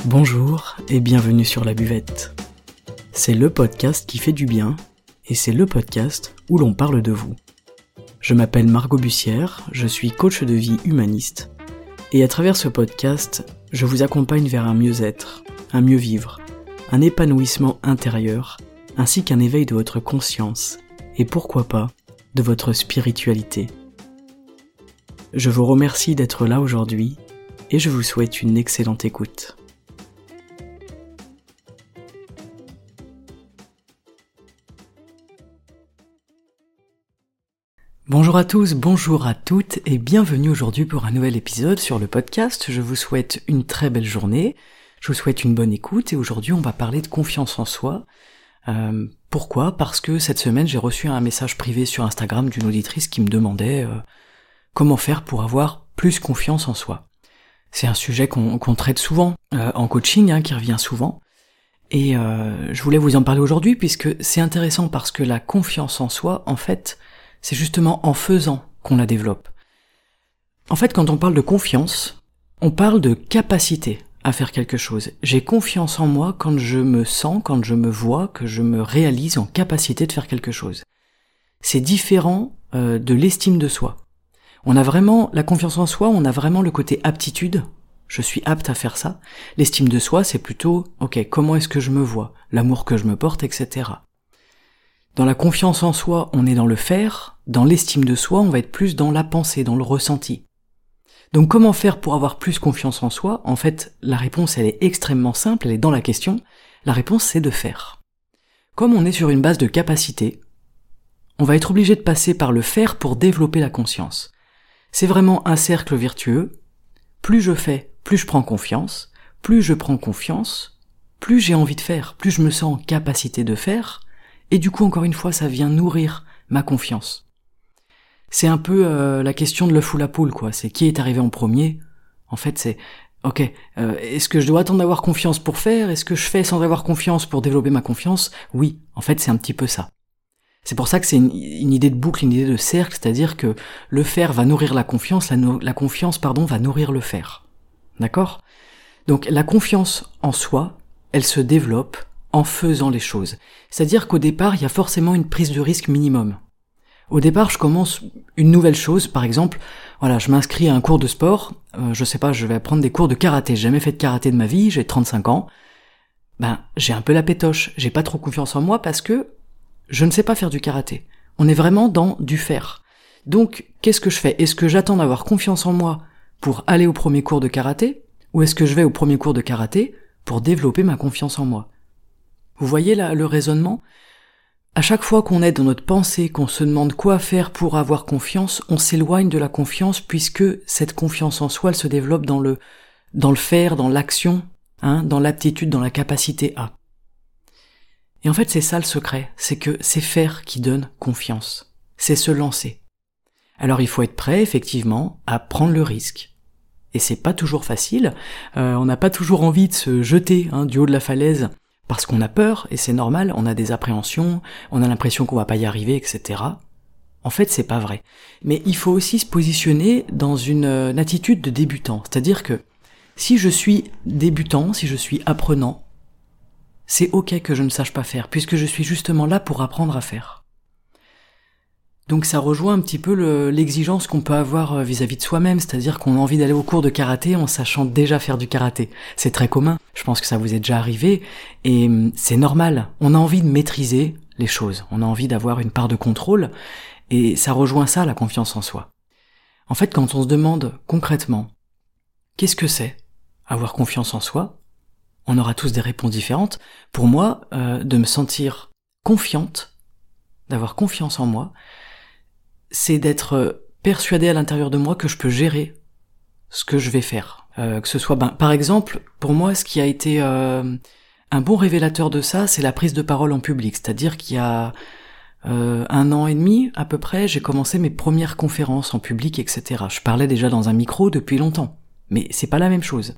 Bonjour et bienvenue sur La Buvette. C'est le podcast qui fait du bien et c'est le podcast où l'on parle de vous. Je m'appelle Margot Bussière, je suis coach de vie humaniste et à travers ce podcast, je vous accompagne vers un mieux-être, un mieux-vivre, un épanouissement intérieur ainsi qu'un éveil de votre conscience et pourquoi pas de votre spiritualité. Je vous remercie d'être là aujourd'hui et je vous souhaite une excellente écoute. Bonjour à tous, bonjour à toutes et bienvenue aujourd'hui pour un nouvel épisode sur le podcast. Je vous souhaite une très belle journée, je vous souhaite une bonne écoute et aujourd'hui on va parler de confiance en soi. Pourquoi ? Parce que cette semaine j'ai reçu un message privé sur Instagram d'une auditrice qui me demandait comment faire pour avoir plus confiance en soi. C'est un sujet qu'on traite souvent en coaching, qui revient souvent. Et je voulais vous en parler aujourd'hui puisque c'est intéressant parce que la confiance en soi, en fait, c'est justement en faisant qu'on la développe. En fait, quand on parle de confiance, on parle de capacité à faire quelque chose. J'ai confiance en moi quand je me sens, quand je me vois, que je me réalise en capacité de faire quelque chose. C'est différent de l'estime de soi. On a vraiment la confiance en soi, on a vraiment le côté aptitude. Je suis apte à faire ça. L'estime de soi, c'est plutôt, comment est-ce que je me vois, l'amour que je me porte, etc. Dans la confiance en soi, on est dans le faire. Dans l'estime de soi, on va être plus dans la pensée, dans le ressenti. Donc comment faire pour avoir plus confiance en soi ? En fait, la réponse, elle est extrêmement simple, elle est dans la question. La réponse, c'est de faire. Comme on est sur une base de capacité, on va être obligé de passer par le faire pour développer la conscience. C'est vraiment un cercle vertueux. Plus je fais, plus je prends confiance. Plus je prends confiance, plus j'ai envie de faire, plus je me sens en capacité de faire. Et du coup, encore une fois, ça vient nourrir ma confiance. C'est un peu la question de l'œuf ou la poule, quoi. C'est qui est arrivé en premier. En fait, c'est, est-ce que je dois attendre d'avoir confiance pour faire ? Est-ce que je fais sans avoir confiance pour développer ma confiance ? Oui, en fait, c'est un petit peu ça. C'est pour ça que c'est une idée de boucle, une idée de cercle, c'est-à-dire que le faire va nourrir la confiance, la confiance, va nourrir le faire. D'accord ? Donc, la confiance en soi, elle se développe en faisant les choses. C'est-à-dire qu'au départ, il y a forcément une prise de risque minimum. Au départ, je commence une nouvelle chose, par exemple, je m'inscris à un cours de sport, je vais apprendre des cours de karaté. J'ai jamais fait de karaté de ma vie, j'ai 35 ans. J'ai un peu la pétoche, j'ai pas trop confiance en moi parce que je ne sais pas faire du karaté. On est vraiment dans du faire. Donc, qu'est-ce que je fais ? Est-ce que j'attends d'avoir confiance en moi pour aller au premier cours de karaté ? Ou est-ce que je vais au premier cours de karaté pour développer ma confiance en moi ? Vous voyez là le raisonnement ? À chaque fois qu'on est dans notre pensée, qu'on se demande quoi faire pour avoir confiance, on s'éloigne de la confiance puisque cette confiance en soi, elle se développe dans le faire, dans l'action, dans l'aptitude, dans la capacité à. Et en fait, c'est ça le secret, c'est que c'est faire qui donne confiance. C'est se lancer. Alors il faut être prêt, effectivement, à prendre le risque. Et c'est pas toujours facile, on n'a pas toujours envie de se jeter du haut de la falaise, parce qu'on a peur, et c'est normal, on a des appréhensions, on a l'impression qu'on va pas y arriver, etc. En fait, c'est pas vrai. Mais il faut aussi se positionner dans une attitude de débutant. C'est-à-dire que si je suis débutant, si je suis apprenant, c'est ok que je ne sache pas faire, puisque je suis justement là pour apprendre à faire. Donc ça rejoint un petit peu l'exigence qu'on peut avoir vis-à-vis de soi-même, c'est-à-dire qu'on a envie d'aller au cours de karaté en sachant déjà faire du karaté. C'est très commun, je pense que ça vous est déjà arrivé, et c'est normal. On a envie de maîtriser les choses, on a envie d'avoir une part de contrôle, et ça rejoint ça, la confiance en soi. En fait, quand on se demande concrètement, qu'est-ce que c'est avoir confiance en soi ? On aura tous des réponses différentes. Pour moi, de me sentir confiante, d'avoir confiance en moi, c'est d'être persuadé à l'intérieur de moi que je peux gérer ce que je vais faire. Que ce soit, par exemple, pour moi, ce qui a été un bon révélateur de ça, c'est la prise de parole en public. C'est-à-dire qu'il y a 1 an et demi, à peu près, j'ai commencé mes premières conférences en public, etc. Je parlais déjà dans un micro depuis longtemps, mais c'est pas la même chose.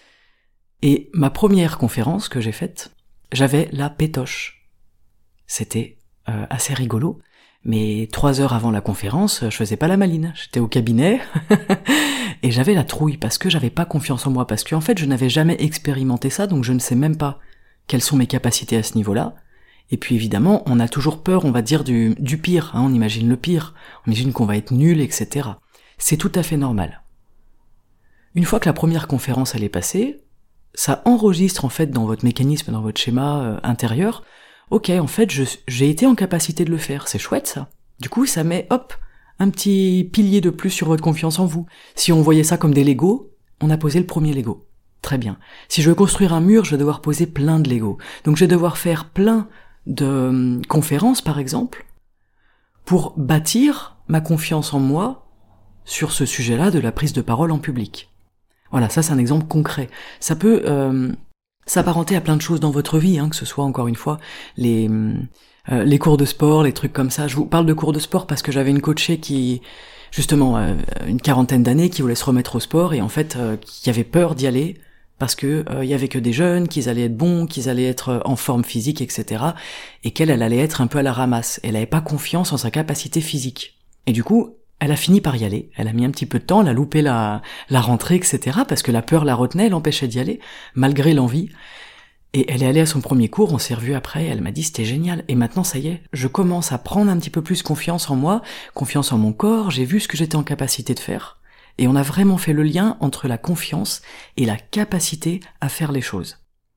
Et ma première conférence que j'ai faite, j'avais la pétoche. C'était assez rigolo. Mais 3 heures avant la conférence, je faisais pas la maline. J'étais au cabinet et j'avais la trouille parce que j'avais pas confiance en moi, parce que en fait je n'avais jamais expérimenté ça, donc je ne sais même pas quelles sont mes capacités à ce niveau-là. Et puis évidemment, on a toujours peur, on va dire, du pire, on imagine le pire, on imagine qu'on va être nul, etc. C'est tout à fait normal. Une fois que la première conférence elle est passée, ça enregistre en fait dans votre mécanisme, dans votre schéma intérieur, ok, en fait j'ai été en capacité de le faire, c'est chouette ça. Du coup ça met, hop, un petit pilier de plus sur votre confiance en vous. Si on voyait ça comme des Legos, on a posé le premier Lego. Très bien. Si je veux construire un mur, je vais devoir poser plein de Legos. Donc je vais devoir faire plein de conférences par exemple, pour bâtir ma confiance en moi sur ce sujet-là de la prise de parole en public. Voilà, ça c'est un exemple concret. Ça peut s'apparenter à plein de choses dans votre vie, que ce soit encore une fois les cours de sport, les trucs comme ça. Je vous parle de cours de sport parce que j'avais une coachée qui, justement, une quarantaine d'années, qui voulait se remettre au sport et en fait qui avait peur d'y aller parce que y avait que des jeunes, qu'ils allaient être bons, qu'ils allaient être en forme physique, etc. Et qu'elle allait être un peu à la ramasse. Elle avait pas confiance en sa capacité physique. Et du coup, elle a fini par y aller, elle a mis un petit peu de temps, elle a loupé la rentrée, etc. parce que la peur la retenait, elle l'empêchait d'y aller, malgré l'envie. Et elle est allée à son premier cours, on s'est revus après, elle m'a dit c'était génial, et maintenant ça y est, je commence à prendre un petit peu plus confiance en moi, confiance en mon corps, j'ai vu ce que j'étais en capacité de faire, et on a vraiment fait le lien entre la confiance et la capacité à faire les choses.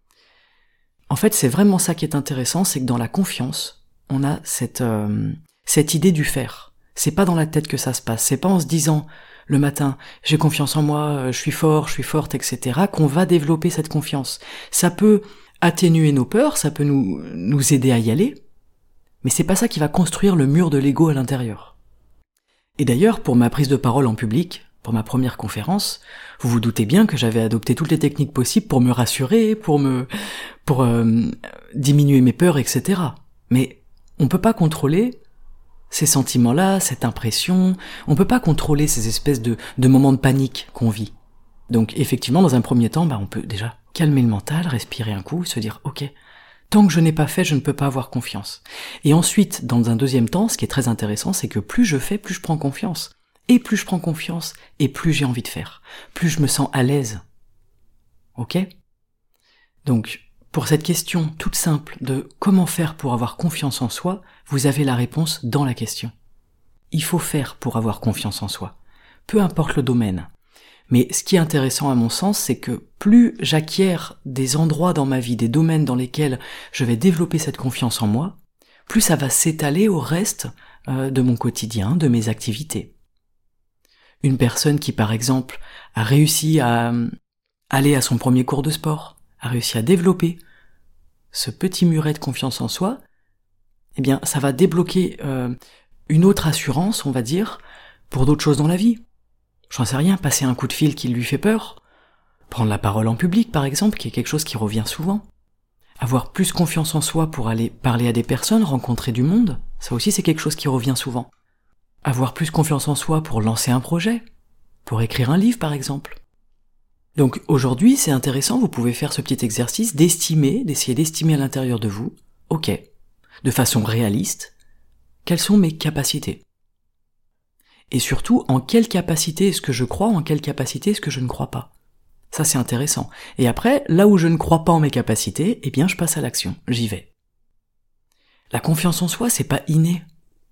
En fait, c'est vraiment ça qui est intéressant, c'est que dans la confiance, on a cette idée du faire. C'est pas dans la tête que ça se passe, c'est pas en se disant le matin j'ai confiance en moi, je suis fort, je suis forte, etc. qu'on va développer cette confiance. Ça peut atténuer nos peurs, ça peut nous aider à y aller, mais c'est pas ça qui va construire le mur de l'ego à l'intérieur. Et d'ailleurs, pour ma prise de parole en public, pour ma première conférence, vous vous doutez bien que j'avais adopté toutes les techniques possibles pour me rassurer, pour diminuer mes peurs, etc. Mais on peut pas contrôler ces sentiments-là, cette impression, on peut pas contrôler ces espèces de moments de panique qu'on vit. Donc effectivement, dans un premier temps, on peut déjà calmer le mental, respirer un coup, se dire ok, tant que je n'ai pas fait, je ne peux pas avoir confiance. Et ensuite, dans un deuxième temps, ce qui est très intéressant, c'est que plus je fais, plus je prends confiance. Et plus je prends confiance, et plus j'ai envie de faire. Plus je me sens à l'aise. Ok ? Donc, pour cette question toute simple de comment faire pour avoir confiance en soi, vous avez la réponse dans la question. Il faut faire pour avoir confiance en soi. Peu importe le domaine. Mais ce qui est intéressant à mon sens, c'est que plus j'acquiers des endroits dans ma vie, des domaines dans lesquels je vais développer cette confiance en moi, plus ça va s'étaler au reste de mon quotidien, de mes activités. Une personne qui, par exemple, a réussi à aller à son premier cours de sport, a réussi à développer ce petit muret de confiance en soi, eh bien, ça va débloquer une autre assurance, on va dire, pour d'autres choses dans la vie. J'en sais rien, passer un coup de fil qui lui fait peur, prendre la parole en public, par exemple, qui est quelque chose qui revient souvent. Avoir plus confiance en soi pour aller parler à des personnes, rencontrer du monde, ça aussi c'est quelque chose qui revient souvent. Avoir plus confiance en soi pour lancer un projet, pour écrire un livre, par exemple. Donc aujourd'hui, c'est intéressant, vous pouvez faire ce petit exercice d'essayer d'estimer à l'intérieur de vous, ok, de façon réaliste, quelles sont mes capacités. Et surtout, en quelle capacité est-ce que je crois, en quelle capacité est-ce que je ne crois pas. Ça c'est intéressant. Et après, là où je ne crois pas en mes capacités, eh bien je passe à l'action, j'y vais. La confiance en soi, c'est pas inné.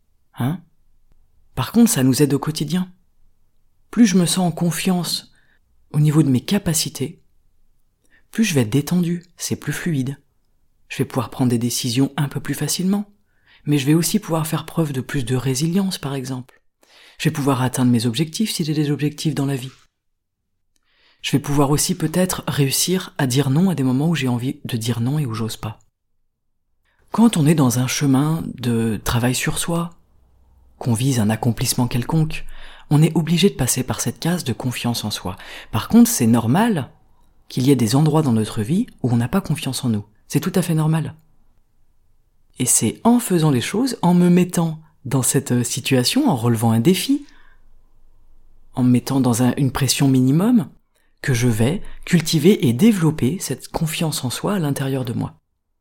Par contre, ça nous aide au quotidien. Plus je me sens en confiance au niveau de mes capacités, plus je vais être détendu, c'est plus fluide. Je vais pouvoir prendre des décisions un peu plus facilement, mais je vais aussi pouvoir faire preuve de plus de résilience, par exemple. Je vais pouvoir atteindre mes objectifs si j'ai des objectifs dans la vie. Je vais pouvoir aussi peut-être réussir à dire non à des moments où j'ai envie de dire non et où j'ose pas. Quand on est dans un chemin de travail sur soi, qu'on vise un accomplissement quelconque, on est obligé de passer par cette case de confiance en soi. Par contre, c'est normal qu'il y ait des endroits dans notre vie où on n'a pas confiance en nous. C'est tout à fait normal. Et c'est en faisant les choses, en me mettant dans cette situation, en relevant un défi, en me mettant dans une pression minimum, que je vais cultiver et développer cette confiance en soi à l'intérieur de moi.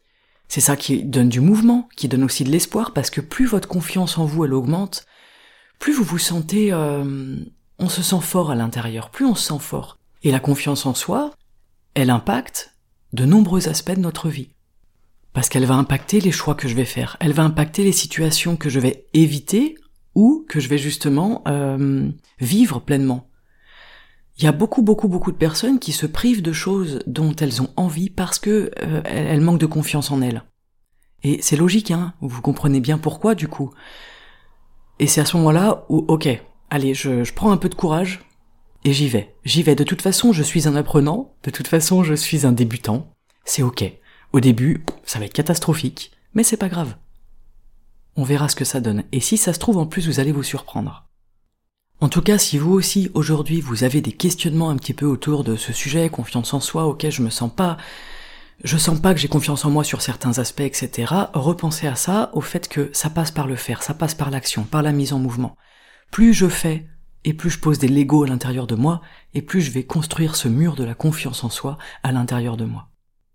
C'est ça qui donne du mouvement, qui donne aussi de l'espoir, parce que plus votre confiance en vous, elle augmente, plus vous vous sentez... on se sent fort à l'intérieur, plus on se sent fort. Et la confiance en soi, elle impacte de nombreux aspects de notre vie. Parce qu'elle va impacter les choix que je vais faire, elle va impacter les situations que je vais éviter ou que je vais justement vivre pleinement. Il y a beaucoup de personnes qui se privent de choses dont elles ont envie parce que elles manquent de confiance en elles. Et c'est logique, hein, vous comprenez bien pourquoi du coup. Et c'est à ce moment-là où, ok, allez, je prends un peu de courage et j'y vais. De toute façon, je suis un apprenant, de toute façon, je suis un débutant, c'est ok. Au début, ça va être catastrophique, mais c'est pas grave. On verra ce que ça donne. Et si ça se trouve, en plus, vous allez vous surprendre. En tout cas, si vous aussi, aujourd'hui, vous avez des questionnements un petit peu autour de ce sujet, confiance en soi, ok, je sens pas que j'ai confiance en moi sur certains aspects, etc., repensez à ça, au fait que ça passe par le faire, ça passe par l'action, par la mise en mouvement. Plus je fais, et plus je pose des Legos à l'intérieur de moi, et plus je vais construire ce mur de la confiance en soi à l'intérieur de moi.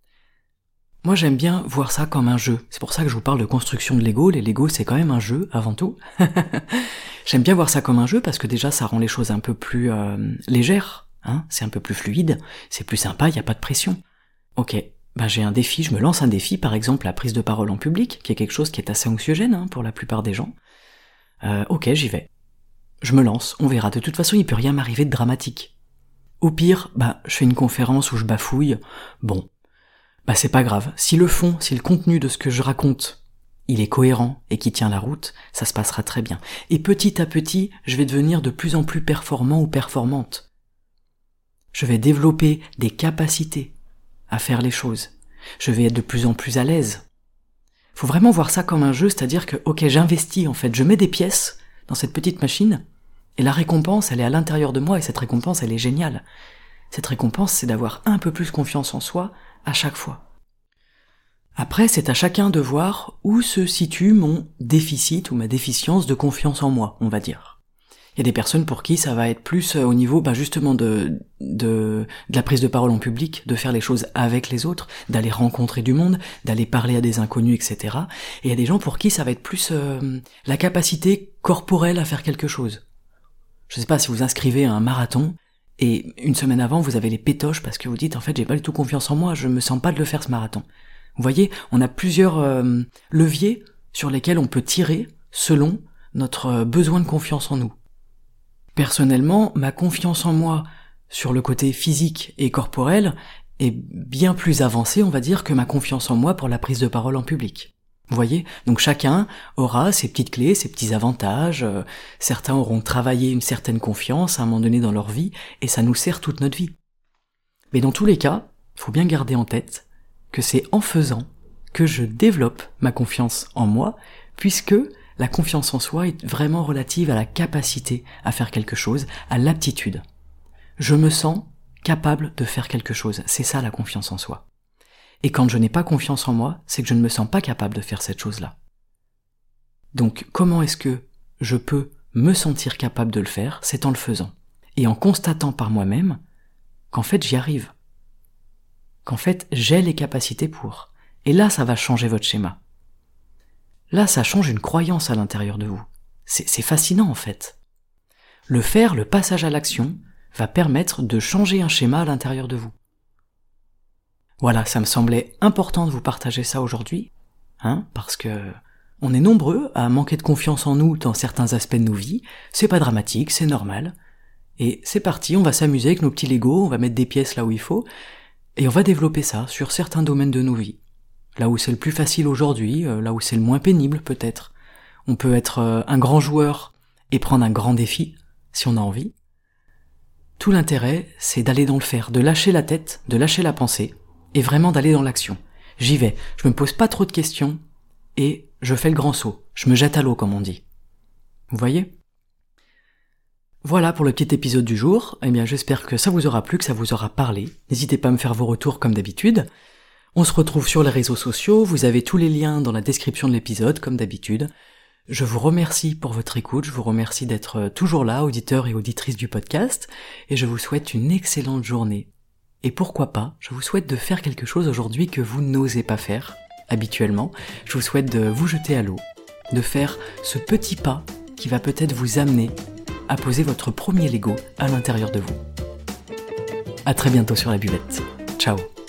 Moi j'aime bien voir ça comme un jeu, c'est pour ça que je vous parle de construction de Lego, les Legos c'est quand même un jeu avant tout. J'aime bien voir ça comme un jeu parce que déjà ça rend les choses un peu plus légères, hein, c'est un peu plus fluide, c'est plus sympa, il n'y a pas de pression. Ok, j'ai un défi, je me lance un défi, par exemple la prise de parole en public, qui est quelque chose qui est assez anxiogène hein, pour la plupart des gens. Ok, j'y vais. Je me lance, on verra, de toute façon il peut rien m'arriver de dramatique. Au pire, je fais une conférence où je bafouille, bon, c'est pas grave, si le fond, si le contenu de ce que je raconte, il est cohérent et qui tient la route, ça se passera très bien. Et petit à petit, je vais devenir de plus en plus performant ou performante. Je vais développer des capacités à faire les choses. Je vais être de plus en plus à l'aise. Faut vraiment voir ça comme un jeu, c'est-à-dire que, ok, j'investis en fait, je mets des pièces dans cette petite machine, et la récompense, elle est à l'intérieur de moi, et cette récompense, elle est géniale. Cette récompense, c'est d'avoir un peu plus confiance en soi à chaque fois. Après, c'est à chacun de voir où se situe mon déficit ou ma déficience de confiance en moi, on va dire. Il y a des personnes pour qui ça va être plus au niveau justement de la prise de parole en public, de faire les choses avec les autres, d'aller rencontrer du monde, d'aller parler à des inconnus, etc. Et il y a des gens pour qui ça va être plus la capacité corporelle à faire quelque chose. Je sais pas, si vous inscrivez à un marathon, et une semaine avant vous avez les pétoches parce que vous dites en fait j'ai pas du tout confiance en moi, je me sens pas de le faire ce marathon. Vous voyez, on a plusieurs leviers sur lesquels on peut tirer selon notre besoin de confiance en nous. Personnellement, ma confiance en moi sur le côté physique et corporel est bien plus avancée, on va dire, que ma confiance en moi pour la prise de parole en public. Vous voyez ? Donc chacun aura ses petites clés, ses petits avantages, certains auront travaillé une certaine confiance à un moment donné dans leur vie, et ça nous sert toute notre vie. Mais dans tous les cas, il faut bien garder en tête que c'est en faisant que je développe ma confiance en moi, puisque la confiance en soi est vraiment relative à la capacité à faire quelque chose, à l'aptitude. Je me sens capable de faire quelque chose, c'est ça la confiance en soi. Et quand je n'ai pas confiance en moi, c'est que je ne me sens pas capable de faire cette chose-là. Donc comment est-ce que je peux me sentir capable de le faire ? C'est en le faisant. Et en constatant par moi-même qu'en fait j'y arrive. Qu'en fait j'ai les capacités pour. Et là ça va changer votre schéma. Là ça change une croyance à l'intérieur de vous. C'est fascinant en fait. Le faire, le passage à l'action, va permettre de changer un schéma à l'intérieur de vous. Voilà, ça me semblait important de vous partager ça aujourd'hui, parce que on est nombreux à manquer de confiance en nous dans certains aspects de nos vies, c'est pas dramatique, c'est normal, et c'est parti, on va s'amuser avec nos petits Legos, on va mettre des pièces là où il faut, et on va développer ça sur certains domaines de nos vies. Là où c'est le plus facile aujourd'hui, là où c'est le moins pénible peut-être. On peut être un grand joueur et prendre un grand défi, si on a envie. Tout l'intérêt, c'est d'aller dans le faire, de lâcher la tête, de lâcher la pensée, et vraiment d'aller dans l'action. J'y vais, je me pose pas trop de questions, et je fais le grand saut, je me jette à l'eau comme on dit. Vous voyez ? Voilà pour le petit épisode du jour, j'espère que ça vous aura plu, que ça vous aura parlé. N'hésitez pas à me faire vos retours comme d'habitude. On se retrouve sur les réseaux sociaux, vous avez tous les liens dans la description de l'épisode comme d'habitude. Je vous remercie pour votre écoute, je vous remercie d'être toujours là, auditeurs et auditrices du podcast, et je vous souhaite une excellente journée. Et pourquoi pas, je vous souhaite de faire quelque chose aujourd'hui que vous n'osez pas faire, habituellement, je vous souhaite de vous jeter à l'eau, de faire ce petit pas qui va peut-être vous amener à poser votre premier Lego à l'intérieur de vous. À très bientôt sur la buvette. Ciao.